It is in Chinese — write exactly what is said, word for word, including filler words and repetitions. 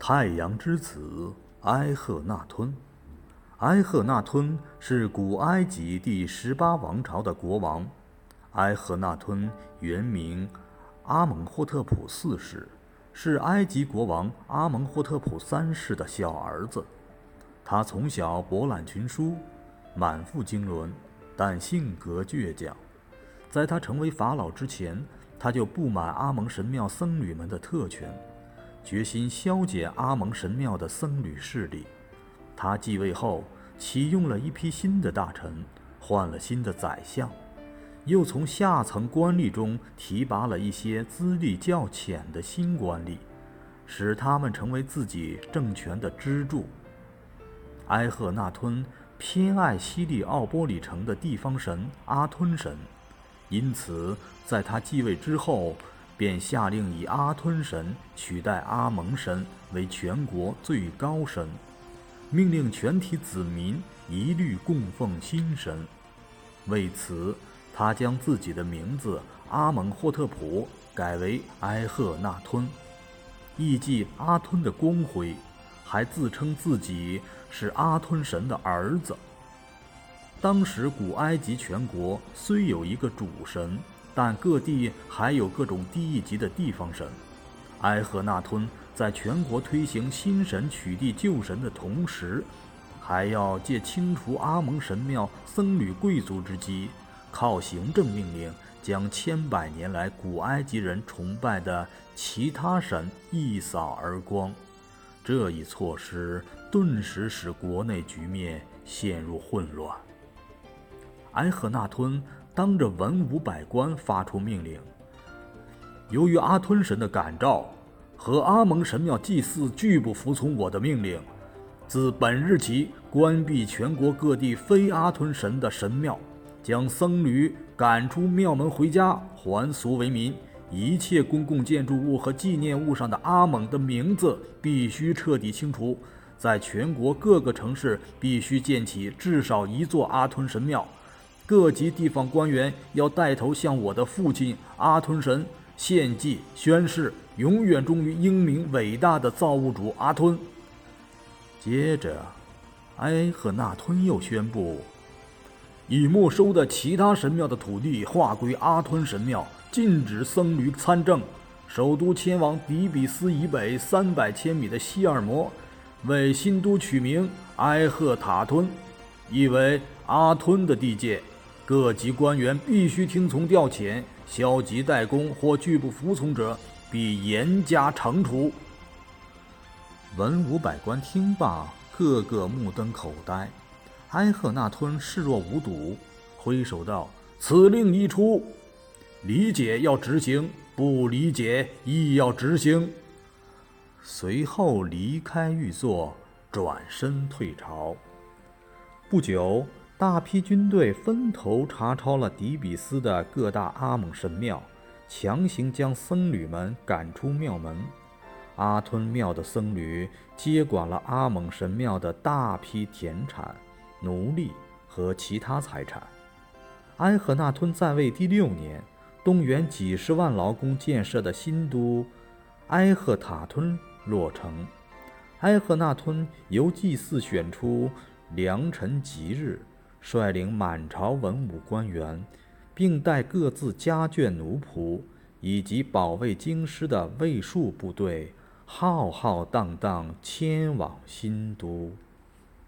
太阳之子埃赫纳吞。埃赫纳吞是古埃及第十八王朝的国王。埃赫纳吞原名阿蒙霍特普四世，是埃及国王阿蒙霍特普三世的小儿子。他从小博览群书，满腹经纶，但性格倔强。在他成为法老之前，他就不满阿蒙神庙僧侣们的特权，决心消解阿蒙神庙的僧侣势力。他继位后，启用了一批新的大臣，换了新的宰相，又从下层官吏中提拔了一些资历较浅的新官吏，使他们成为自己政权的支柱。埃赫纳吞偏爱西利奥波里城的地方神阿吞神，因此在他继位之后，便下令以阿吞神取代阿蒙神为全国最高神，命令全体子民一律供奉新神。为此，他将自己的名字阿蒙霍特普改为埃赫纳吞，艺伎阿吞的光辉，还自称自己是阿吞神的儿子。当时古埃及全国虽有一个主神，但各地还有各种低一级的地方神。埃赫纳吞在全国推行新神取缔旧神的同时，还要借清除阿蒙神庙僧侣贵族之机，靠行政命令将千百年来古埃及人崇拜的其他神一扫而光。这一措施顿时使国内局面陷入混乱。埃赫纳吞当着文武百官发出命令，由于阿吞神的感召和阿蒙神庙祭祀拒不服从我的命令，自本日起关闭全国各地非阿吞神的神庙，将僧侣赶出庙门回家，还俗为民。一切公共建筑物和纪念物上的阿蒙的名字必须彻底清除，在全国各个城市必须建起至少一座阿吞神庙。各级地方官员要带头向我的父亲阿吞神献祭宣誓，永远忠于英明伟大的造物主阿吞。接着，埃赫纳吞又宣布，已没收的其他神庙的土地划归阿吞神庙，禁止僧侣参政。首都迁往底比斯以北三百千米的希尔摩，为新都取名埃赫塔吞，意为阿吞的地界。各级官员必须听从调遣，消极怠工或拒不服从者必严加惩处。文武百官听罢，个个目瞪口呆。埃赫纳吞视若无睹，挥手道：“此令已出，理解要执行，不理解亦要执行。”随后离开御座，转身退朝。不久，大批军队分头查抄了底比斯的各大阿蒙神庙，强行将僧侣们赶出庙门。阿吞庙的僧侣接管了阿蒙神庙的大批田产、奴隶和其他财产。埃赫纳吞在位第六年，动员几十万劳工建设的新都埃赫塔吞落成。埃赫纳吞由祭祀选出良辰吉日，率领满朝文武官员，并带各自家眷奴仆以及保卫京师的卫戍部队，浩浩荡荡迁往新都。